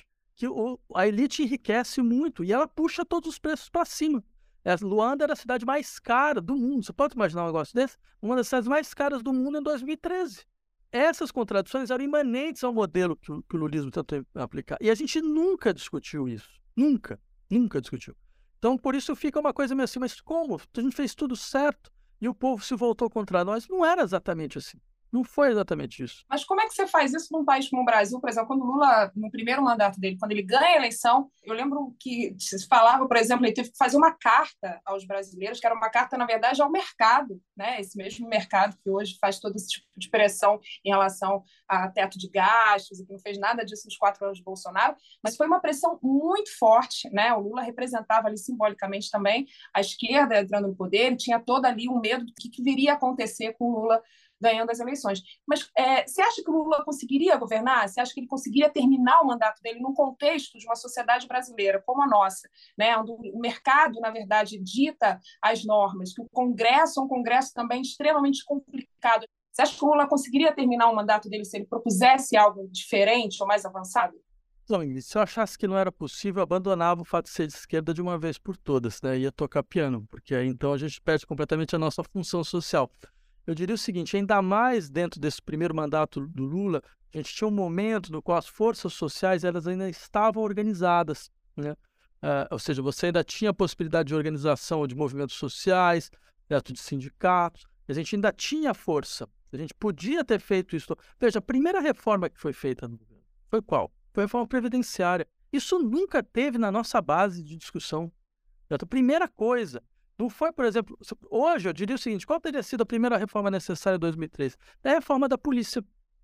a elite enriquece muito e ela puxa todos os preços para cima. Luanda era a cidade mais cara do mundo. Você pode imaginar um negócio desse? Uma das cidades mais caras do mundo em 2013. Essas contradições eram imanentes ao modelo que o lulismo tentou aplicar. E a gente nunca discutiu isso. Nunca discutiu. Então, por isso fica uma coisa meio assim, mas como? A gente fez tudo certo e o povo se voltou contra nós. Não era exatamente assim. Não foi exatamente isso. Mas como é que você faz isso num país como o Brasil? Por exemplo, quando o Lula, no primeiro mandato dele, quando ele ganha a eleição, eu lembro que se falava, por exemplo, ele teve que fazer uma carta aos brasileiros, que era uma carta, na verdade, ao mercado, né? Esse mesmo mercado que hoje faz todo esse tipo de pressão em relação a teto de gastos, e que não fez nada disso nos 4 anos de Bolsonaro, mas foi uma pressão muito forte, né? O Lula representava ali simbolicamente também a esquerda entrando no poder, e tinha todo ali um medo do que viria a acontecer com o Lula ganhando as eleições. Mas você acha que o Lula conseguiria governar? Você acha que ele conseguiria terminar o mandato dele num contexto de uma sociedade brasileira como a nossa, né? Onde o mercado, na verdade, dita as normas, que o Congresso é um Congresso também extremamente complicado. Você acha que o Lula conseguiria terminar o mandato dele se ele propusesse algo diferente ou mais avançado? Não, se eu achasse que não era possível, eu abandonava o fato de ser de esquerda de uma vez por todas, né? Ia tocar piano, porque aí então a gente perde completamente a nossa função social. Eu diria o seguinte, ainda mais dentro desse primeiro mandato do Lula, a gente tinha um momento no qual as forças sociais elas ainda estavam organizadas, né? Ou seja, você ainda tinha a possibilidade de organização de movimentos sociais, certo, de sindicatos, a gente ainda tinha força, a gente podia ter feito isso. Veja, a primeira reforma que foi feita no governo foi qual? Foi a reforma previdenciária. Isso nunca teve na nossa base de discussão. Certo? A primeira coisa, não foi, por exemplo, hoje eu diria o seguinte, qual teria sido a primeira reforma necessária em 2013? É a reforma da polícia.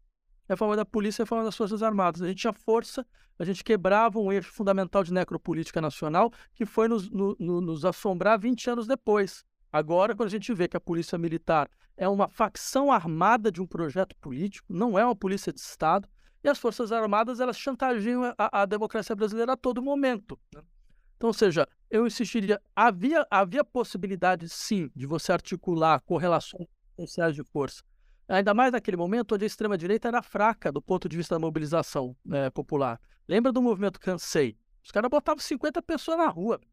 A reforma da polícia e a reforma das Forças Armadas. A gente tinha força, a gente quebrava um eixo fundamental de necropolítica nacional que foi nos assombrar 20 anos depois. Agora, quando a gente vê que a polícia militar é uma facção armada de um projeto político, não é uma polícia de Estado, e as Forças Armadas elas chantageiam a democracia brasileira a todo momento, né? Então, ou seja, eu insistiria, havia possibilidade, sim, de você articular correlações sociais de força. Ainda mais naquele momento onde a extrema-direita era fraca do ponto de vista da mobilização popular. Lembra do movimento Cansei? Os caras botavam 50 pessoas na rua.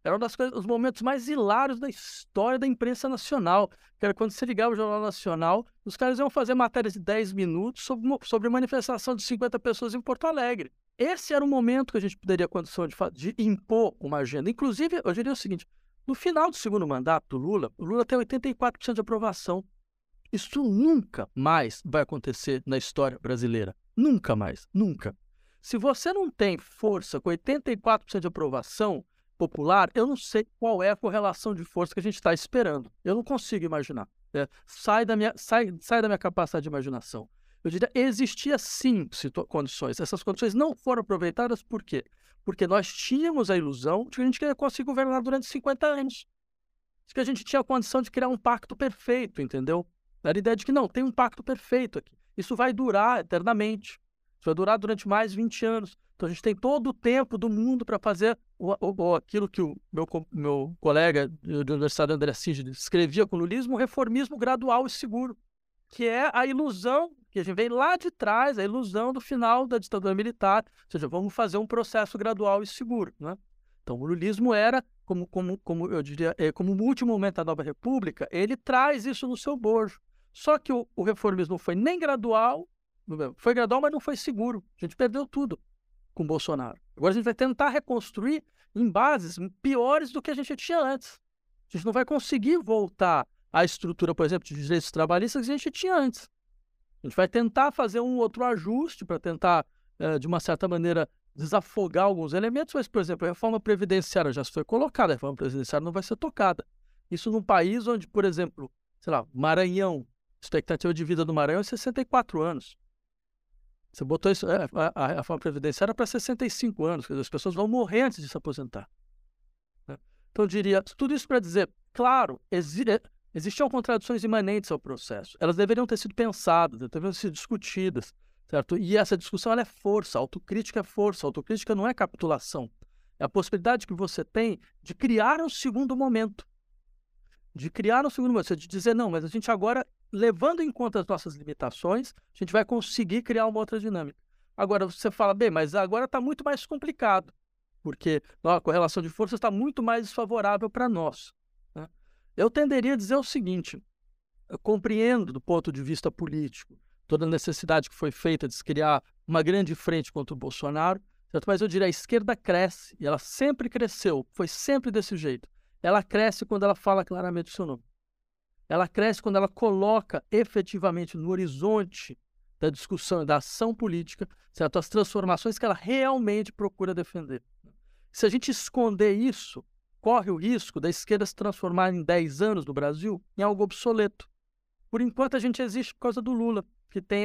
Era um os momentos mais hilários da história da imprensa nacional, que era quando você ligava o Jornal Nacional, os caras iam fazer matérias de 10 minutos sobre manifestação de 50 pessoas em Porto Alegre. Esse era o momento que a gente teria condição de impor uma agenda. Inclusive, eu diria o seguinte, no final do segundo mandato do Lula, o Lula tem 84% de aprovação. Isso nunca mais vai acontecer na história brasileira. Nunca mais, nunca. Se você não tem força com 84% de aprovação popular, eu não sei qual é a correlação de força que a gente está esperando. Eu não consigo imaginar. Sai da minha capacidade de imaginação. Eu diria, existia sim condições. Essas condições não foram aproveitadas por quê? Porque nós tínhamos a ilusão de que a gente ia conseguir governar durante 50 anos. De que a gente tinha a condição de criar um pacto perfeito, entendeu? Era a ideia de que não, tem um pacto perfeito aqui. Isso vai durar eternamente. Isso vai durar durante mais 20 anos. Então a gente tem todo o tempo do mundo para fazer aquilo que o meu colega da Universidade André Cid descrevia com o lulismo, um reformismo gradual e seguro, que é a ilusão, que a gente vem lá de trás, a ilusão do final da ditadura militar, ou seja, vamos fazer um processo gradual e seguro, né? Então o lulismo era, como eu diria, como o último momento da Nova República, ele traz isso no seu bojo. Só que o reformismo não foi nem gradual, foi gradual, mas não foi seguro. A gente perdeu tudo com Bolsonaro. Agora a gente vai tentar reconstruir em bases piores do que a gente tinha antes. A gente não vai conseguir voltar à estrutura, por exemplo, de direitos trabalhistas que a gente tinha antes. A gente vai tentar fazer um outro ajuste para tentar, de uma certa maneira, desafogar alguns elementos, mas, por exemplo, a reforma previdenciária já foi colocada, a reforma previdenciária não vai ser tocada. Isso num país onde, por exemplo, sei lá, Maranhão, expectativa de vida do Maranhão é 64 anos. Você botou isso, a reforma previdenciária para 65 anos, quer dizer, as pessoas vão morrer antes de se aposentar, né? Então, eu diria, tudo isso para dizer, claro, existiam contradições imanentes ao processo. Elas deveriam ter sido pensadas, deveriam ter sido discutidas, certo? E essa discussão ela é força, a autocrítica é força, a autocrítica não é capitulação. É a possibilidade que você tem de criar um segundo momento. De dizer, não, mas a gente agora, levando em conta as nossas limitações, a gente vai conseguir criar uma outra dinâmica. Agora, você fala, bem, mas agora está muito mais complicado, porque a correlação de forças está muito mais desfavorável para nós, né? Eu tenderia a dizer o seguinte, eu compreendo do ponto de vista político toda a necessidade que foi feita de se criar uma grande frente contra o Bolsonaro, certo? Mas eu diria, a esquerda cresce, e ela sempre cresceu, foi sempre desse jeito. Ela cresce quando ela fala claramente o seu nome. Ela cresce quando ela coloca efetivamente no horizonte da discussão e da ação política, certo? As transformações que ela realmente procura defender. Se a gente esconder isso, corre o risco da esquerda se transformar em 10 anos no Brasil em algo obsoleto. Por enquanto a gente existe por causa do Lula, que tem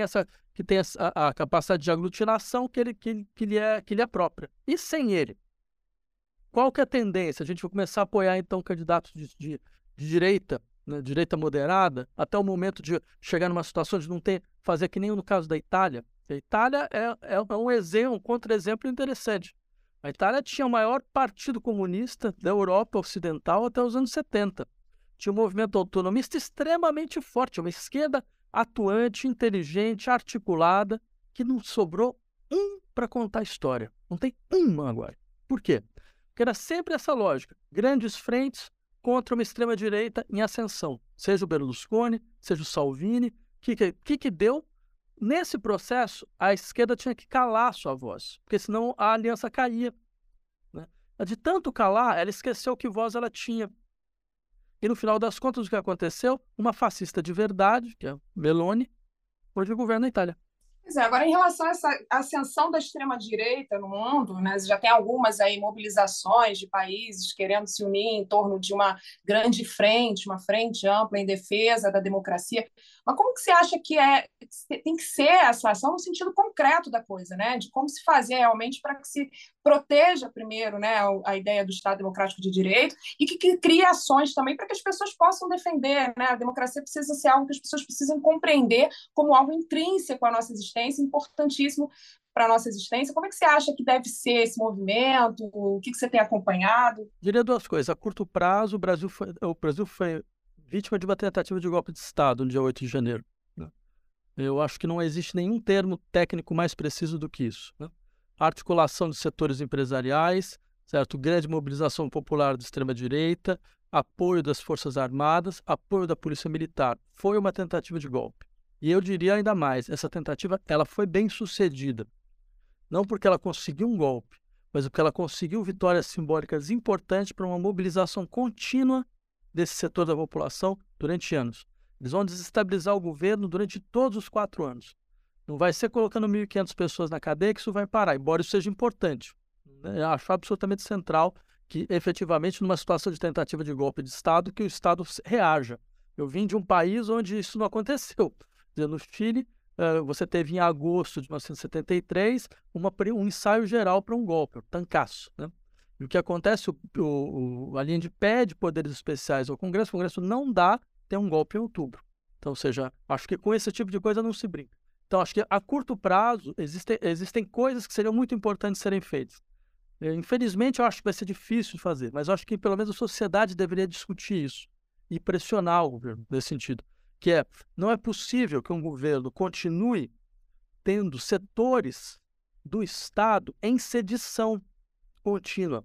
a capacidade de aglutinação que lhe é própria. E sem ele? Qual que é a tendência? A gente vai começar a apoiar, então, candidatos de direita, né, direita moderada, até o momento de chegar numa situação de não fazer que nem no caso da Itália. A Itália é um contra-exemplo interessante. A Itália tinha o maior partido comunista da Europa Ocidental até os anos 70. Tinha um movimento autonomista extremamente forte, uma esquerda atuante, inteligente, articulada, que não sobrou para contar a história. Não tem uma agora. Por quê? Porque era sempre essa lógica, grandes frentes contra uma extrema-direita em ascensão, seja o Berlusconi, seja o Salvini. O que deu? Nesse processo, a esquerda tinha que calar a sua voz, porque senão a aliança caía, né? De tanto calar, ela esqueceu que voz ela tinha. E no final das contas, o que aconteceu? Uma fascista de verdade, que é Meloni, hoje governa a Itália. Pois é, agora, em relação a essa ascensão da extrema-direita no mundo, né, já tem algumas aí mobilizações de países querendo se unir em torno de uma grande frente, uma frente ampla em defesa da democracia. Mas como que você acha que tem que ser essa ação no sentido concreto da coisa, né, de como se fazer realmente para que se proteja primeiro, né, a ideia do Estado Democrático de Direito e que crie ações também para que as pessoas possam defender, né? A democracia precisa ser algo que as pessoas precisam compreender como algo intrínseco à nossa existência, importantíssimo para a nossa existência. Como é que você acha que deve ser esse movimento? O que você tem acompanhado? Diria duas coisas. A curto prazo, o Brasil foi vítima de uma tentativa de golpe de Estado no dia 8 de janeiro, né? Eu acho que não existe nenhum termo técnico mais preciso do que isso, né? A articulação de setores empresariais, certo? Grande mobilização popular de extrema-direita, apoio das Forças Armadas, apoio da Polícia Militar. Foi uma tentativa de golpe. E eu diria ainda mais, essa tentativa ela foi bem sucedida. Não porque ela conseguiu um golpe, mas porque ela conseguiu vitórias simbólicas importantes para uma mobilização contínua desse setor da população durante anos. Eles vão desestabilizar o governo durante todos os 4 anos. Não vai ser colocando 1.500 pessoas na cadeia que isso vai parar, embora isso seja importante. Eu acho absolutamente central que, efetivamente, numa situação de tentativa de golpe de Estado, que o Estado reaja. Eu vim de um país onde isso não aconteceu. No Chile, você teve em agosto de 1973 um ensaio geral para um golpe, o Tancaço, né? E o que acontece, a linha de pé de poderes especiais ao Congresso, o Congresso não dá ter um golpe em outubro. Então, ou seja, acho que com esse tipo de coisa não se brinca. Então, acho que a curto prazo existem coisas que seriam muito importantes serem feitas. Infelizmente, eu acho que vai ser difícil de fazer, mas eu acho que pelo menos a sociedade deveria discutir isso e pressionar o governo nesse sentido. Que não é possível que um governo continue tendo setores do Estado em sedição contínua.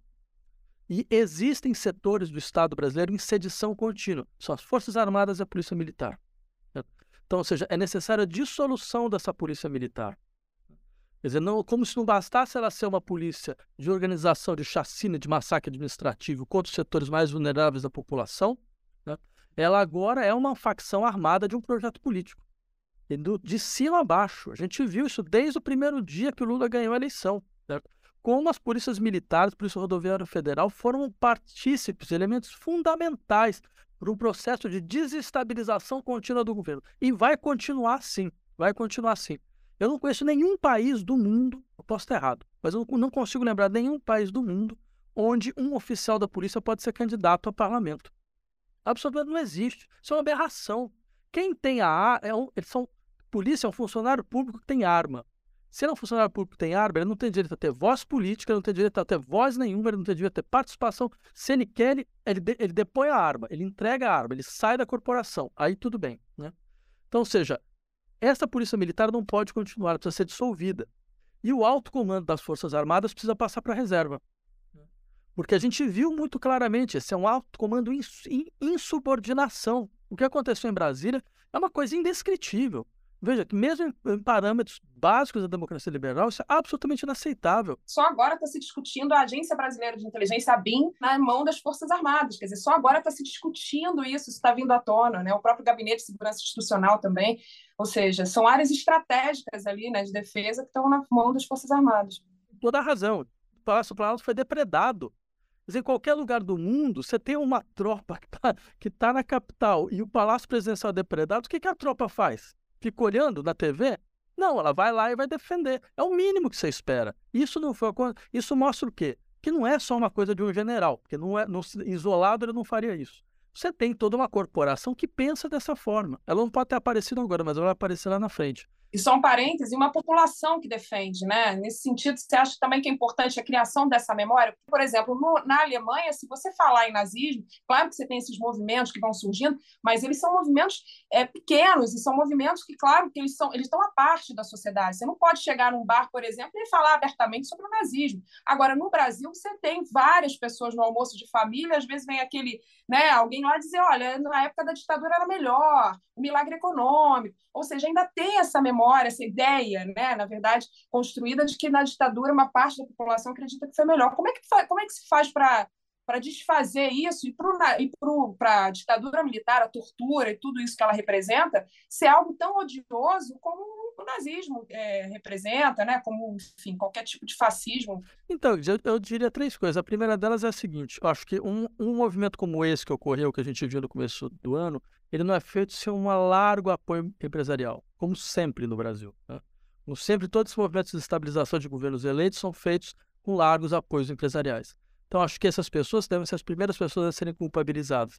E existem setores do Estado brasileiro em sedição contínua. São as Forças Armadas e a Polícia Militar. Então, ou seja, é necessária a dissolução dessa Polícia Militar. Quer dizer, não, como se não bastasse ela ser uma polícia de organização de chacina, de massacre administrativo contra os setores mais vulneráveis da população, né? Ela agora é uma facção armada de um projeto político. E de cima a baixo. A gente viu isso desde o primeiro dia que o Lula ganhou a eleição, certo? Como as polícias militares, Polícia Rodoviária Federal, foram partícipes, elementos fundamentais para um processo de desestabilização contínua do governo. E vai continuar assim, vai continuar assim. Eu não conheço nenhum país do mundo, eu posso estar errado, mas eu não consigo lembrar de nenhum país do mundo onde um oficial da polícia pode ser candidato a parlamento. Absolutamente não existe. Isso é uma aberração. Quem tem a arma, polícia é um funcionário público que tem arma. Se ele é um funcionário público que tem arma, ele não tem direito a ter voz política, ele não tem direito a ter voz nenhuma, ele não tem direito a ter participação. Se ele quer, ele depõe a arma, ele entrega a arma, ele sai da corporação. Aí tudo bem, né? Então, ou seja, essa polícia militar não pode continuar, precisa ser dissolvida. E o alto comando das Forças Armadas precisa passar para a reserva. Porque a gente viu muito claramente, esse é um alto comando em insubordinação. O que aconteceu em Brasília é uma coisa indescritível. Veja, que mesmo em parâmetros básicos da democracia liberal, isso é absolutamente inaceitável. Só agora está se discutindo a Agência Brasileira de Inteligência, a ABIN, na mão das Forças Armadas. Quer dizer, só agora está se discutindo isso está vindo à tona, né? O próprio Gabinete de Segurança Institucional também. Ou seja, são áreas estratégicas ali, né, de defesa que estão na mão das Forças Armadas. Toda a razão. O Palácio Planalto foi depredado. Quer dizer, em qualquer lugar do mundo, você tem uma tropa que tá na capital e o Palácio Presidencial é depredado, o que a tropa faz? Fica olhando na TV? Não, ela vai lá e vai defender. É o mínimo que você espera. Isso não foi. Isso mostra o quê? Que não é só uma coisa de um general, porque isolado ele não faria isso. Você tem toda uma corporação que pensa dessa forma. Ela não pode ter aparecido agora, mas ela vai aparecer lá na frente. E só um parêntese, uma população que defende, né? Nesse sentido, você acha também que é importante a criação dessa memória? Por exemplo, na Alemanha, se você falar em nazismo, claro que você tem esses movimentos que vão surgindo, mas eles são movimentos pequenos e são movimentos que, claro, que eles estão à parte da sociedade. Você não pode chegar num bar, por exemplo, e falar abertamente sobre o nazismo. Agora, no Brasil, você tem várias pessoas no almoço de família, às vezes vem aquele, né, alguém lá dizer, olha, na época da ditadura era melhor, o milagre econômico. Ou seja, ainda tem essa memória, essa ideia, né, na verdade, construída de que na ditadura uma parte da população acredita que foi melhor. Como é que se faz para desfazer isso e para a ditadura militar, a tortura e tudo isso que ela representa, ser algo tão odioso como o nazismo representa, né? Como, enfim, qualquer tipo de fascismo? Então, eu diria 3 coisas. A primeira delas é a seguinte: eu acho que um movimento como esse que ocorreu, que a gente viu no começo do ano, ele não é feito sem um largo apoio empresarial, como sempre no Brasil, né? Como sempre, todos os movimentos de estabilização de governos eleitos são feitos com largos apoios empresariais. Então, acho que essas pessoas devem ser as primeiras pessoas a serem culpabilizadas.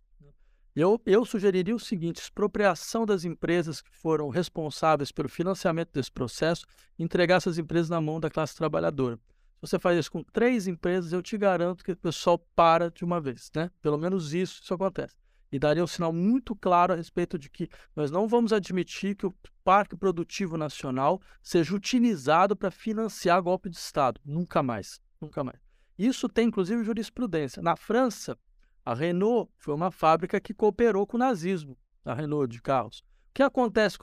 Eu sugeriria o seguinte: expropriação das empresas que foram responsáveis pelo financiamento desse processo, entregar essas empresas na mão da classe trabalhadora. Se você faz isso com 3 empresas, eu te garanto que o pessoal para de uma vez, né? Pelo menos isso acontece. E daria um sinal muito claro a respeito de que nós não vamos admitir que o Parque Produtivo Nacional seja utilizado para financiar golpe de Estado. Nunca mais, nunca mais. Isso tem, inclusive, jurisprudência. Na França, a Renault foi uma fábrica que cooperou com o nazismo, a Renault de carros. O que acontece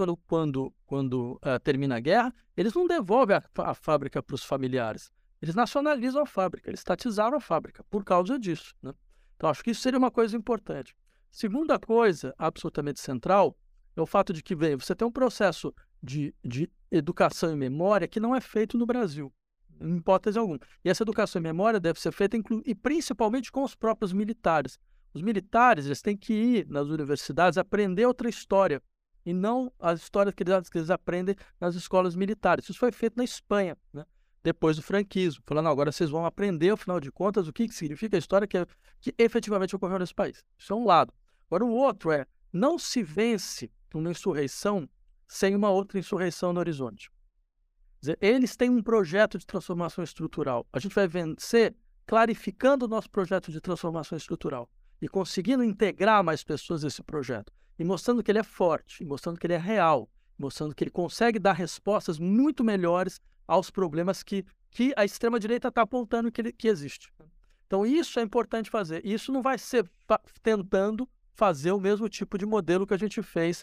quando termina a guerra? Eles não devolvem a fábrica para os familiares. Eles nacionalizam a fábrica, eles estatizaram a fábrica por causa disso, né? Então, acho que isso seria uma coisa importante. Segunda coisa, absolutamente central, é o fato de que você tem um processo de educação e memória que não é feito no Brasil, em hipótese alguma. E essa educação e memória deve ser feita e principalmente com os próprios militares. Os militares eles têm que ir nas universidades aprender outra história, e não as histórias que eles aprendem nas escolas militares. Isso foi feito na Espanha, né? Depois do franquismo, falando, agora vocês vão aprender, afinal de contas, o que significa a história que efetivamente ocorreu nesse país. Isso é um lado. Agora, o outro não se vence uma insurreição sem uma outra insurreição no horizonte. Quer dizer, eles têm um projeto de transformação estrutural. A gente vai vencer clarificando o nosso projeto de transformação estrutural e conseguindo integrar mais pessoas nesse projeto, e mostrando que ele é forte, e mostrando que ele é real, mostrando que ele consegue dar respostas muito melhores aos problemas que a extrema-direita está apontando que existe. Então, isso é importante fazer. E isso não vai ser tentando fazer o mesmo tipo de modelo que a gente fez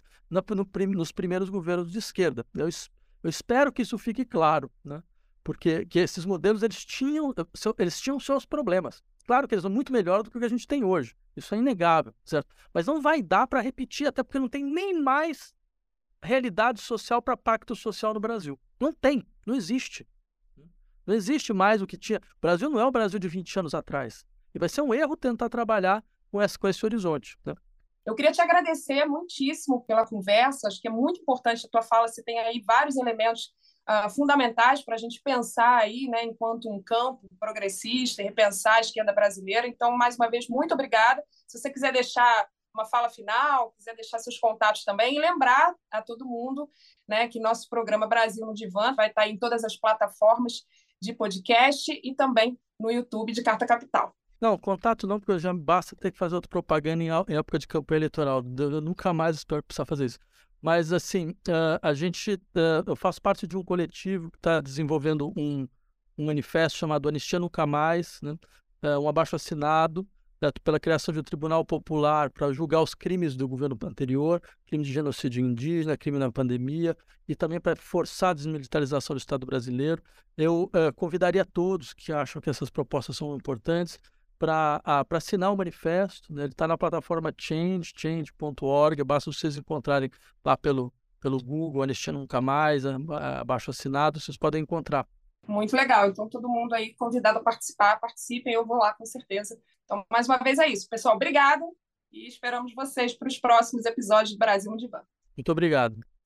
nos primeiros governos de esquerda. Eu espero que isso fique claro, né? Porque que esses modelos eles tinham seus problemas. Claro que eles são muito melhores do que o que a gente tem hoje. Isso é inegável, certo? Mas não vai dar para repetir, até porque não tem nem mais realidade social para pacto social no Brasil. Não tem, não existe. Não existe mais o que tinha. O Brasil não é o Brasil de 20 anos atrás. E vai ser um erro tentar trabalhar com esse horizonte, né? Eu queria te agradecer muitíssimo pela conversa. Acho que é muito importante a tua fala. Você tem aí vários elementos fundamentais para a gente pensar aí, né, enquanto um campo progressista, e repensar a esquerda brasileira. Então, mais uma vez, muito obrigada. Se você quiser deixar uma fala final, quiser deixar seus contatos também, e lembrar a todo mundo, né, que nosso programa Brasil no Divã vai estar em todas as plataformas de podcast e também no YouTube de Carta Capital. Não, contato não, porque já basta ter que fazer outra propaganda em época de campanha eleitoral. Eu nunca mais espero precisar fazer isso. Mas, assim, eu faço parte de um coletivo que está desenvolvendo um manifesto chamado Anistia Nunca Mais, né? Um abaixo-assinado pela criação de um tribunal popular para julgar os crimes do governo anterior, crime de genocídio indígena, crime na pandemia, e também para forçar a desmilitarização do Estado brasileiro. Eu convidaria todos que acham que essas propostas são importantes para assinar o manifesto, né? Ele está na plataforma change.org, basta vocês encontrarem lá pelo Google, Anistia Nunca Mais, abaixo assinado, vocês podem encontrar. Muito legal, então todo mundo aí convidado a participar, participem, eu vou lá com certeza. Então, mais uma vez é isso. Pessoal, obrigada e esperamos vocês para os próximos episódios do Brasil no Divã. Muito obrigado.